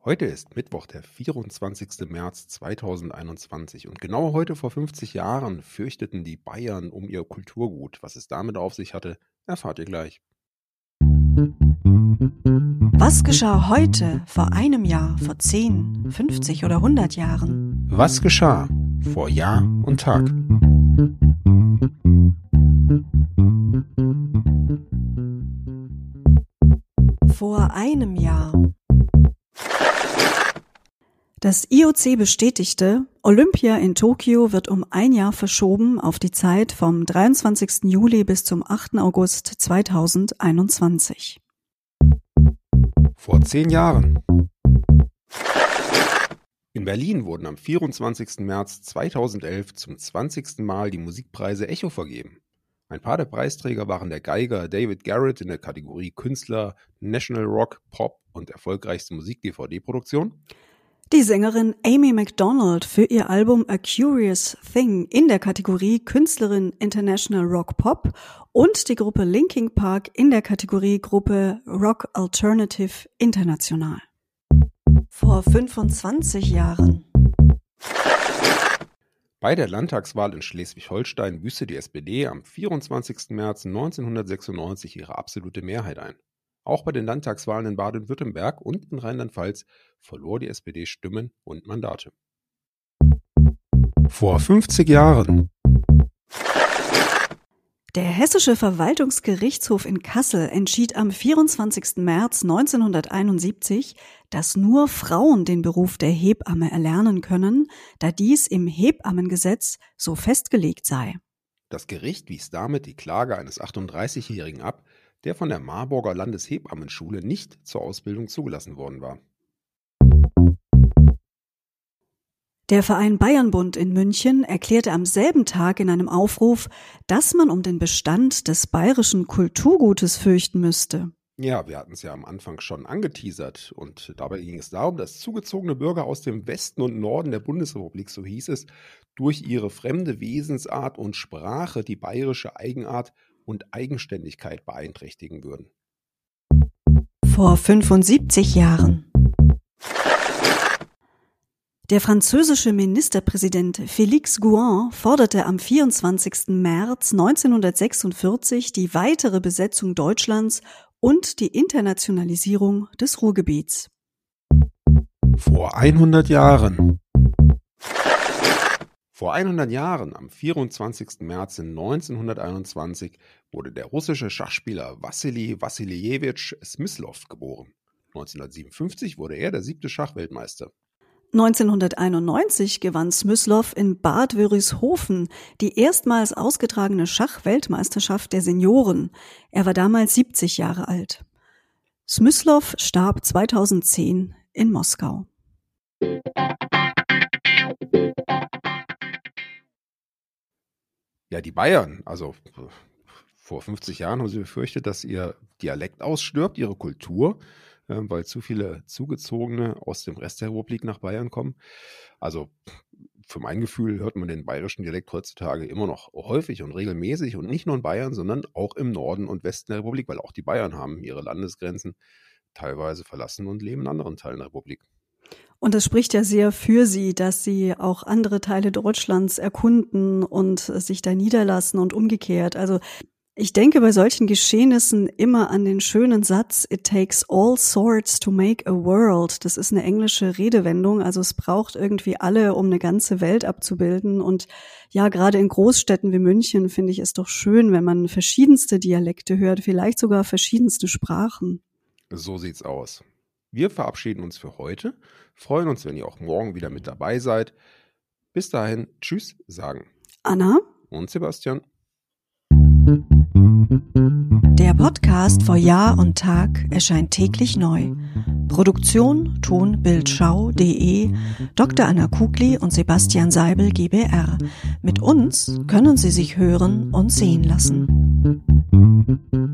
Heute ist Mittwoch, der 24. März 2021 und genau heute vor 50 Jahren fürchteten die Bayern um ihr Kulturgut. Was es damit auf sich hatte, erfahrt ihr gleich. Was geschah heute, vor einem Jahr, vor 10, 50 oder 100 Jahren? Was geschah vor Jahr und Tag? Vor einem Jahr. Das IOC bestätigte, Olympia in Tokio wird um ein Jahr verschoben auf die Zeit vom 23. Juli bis zum 8. August 2021. Vor 10 Jahren. In Berlin wurden am 24. März 2011 zum 20. Mal die Musikpreise Echo vergeben. Ein paar der Preisträger waren der Geiger David Garrett in der Kategorie Künstler, National Rock, Pop und erfolgreichste Musik-DVD-Produktion. Die Sängerin Amy Macdonald für ihr Album A Curious Thing in der Kategorie Künstlerin International Rock Pop und die Gruppe Linkin Park in der Kategorie Gruppe Rock Alternative International. Vor 25 Jahren. Bei der Landtagswahl in Schleswig-Holstein büßte die SPD am 24. März 1996 ihre absolute Mehrheit ein. Auch bei den Landtagswahlen in Baden-Württemberg und in Rheinland-Pfalz verlor die SPD Stimmen und Mandate. Vor 50 Jahren. Der Hessische Verwaltungsgerichtshof in Kassel entschied am 24. März 1971, dass nur Frauen den Beruf der Hebamme erlernen können, da dies im Hebammengesetz so festgelegt sei. Das Gericht wies damit die Klage eines 38-Jährigen ab, der von der Marburger Landeshebammenschule nicht zur Ausbildung zugelassen worden war. Der Verein Bayernbund in München erklärte am selben Tag in einem Aufruf, dass man um den Bestand des bayerischen Kulturgutes fürchten müsste. Ja, wir hatten es ja am Anfang schon angeteasert und dabei ging es darum, dass zugezogene Bürger aus dem Westen und Norden der Bundesrepublik, so hieß es, durch ihre fremde Wesensart und Sprache die bayerische Eigenart und Eigenständigkeit beeinträchtigen würden. Vor 75 Jahren. Der französische Ministerpräsident Félix Gouin forderte am 24. März 1946 die weitere Besetzung Deutschlands und die Internationalisierung des Ruhrgebiets. Vor 100 Jahren. Vor 100 Jahren, am 24. März 1921, wurde der russische Schachspieler Wassili Wassiljewitsch Smyslov geboren. 1957 wurde er der 7. Schachweltmeister. 1991 gewann Smyslov in Bad Wörishofen die erstmals ausgetragene Schachweltmeisterschaft der Senioren. Er war damals 70 Jahre alt. Smyslov starb 2010 in Moskau. Ja, die Bayern, also vor 50 Jahren haben sie befürchtet, dass ihr Dialekt ausstirbt, ihre Kultur, weil zu viele Zugezogene aus dem Rest der Republik nach Bayern kommen. Also für mein Gefühl hört man den bayerischen Dialekt heutzutage immer noch häufig und regelmäßig und nicht nur in Bayern, sondern auch im Norden und Westen der Republik, weil auch die Bayern haben ihre Landesgrenzen teilweise verlassen und leben in anderen Teilen der Republik. Und es spricht ja sehr für sie, dass sie auch andere Teile Deutschlands erkunden und sich da niederlassen und umgekehrt. Also ich denke bei solchen Geschehnissen immer an den schönen Satz, "It takes all sorts to make a world." Das ist eine englische Redewendung, also es braucht irgendwie alle, um eine ganze Welt abzubilden. Und ja, gerade in Großstädten wie München finde ich es doch schön, wenn man verschiedenste Dialekte hört, vielleicht sogar verschiedenste Sprachen. So sieht's aus. Wir verabschieden uns für heute, freuen uns, wenn ihr auch morgen wieder mit dabei seid. Bis dahin, tschüss sagen Anna und Sebastian. Der Podcast vor Jahr und Tag erscheint täglich neu. Produktion tonbildschau.de, Dr. Anna Kugli und Sebastian Seibel GbR. Mit uns können Sie sich hören und sehen lassen.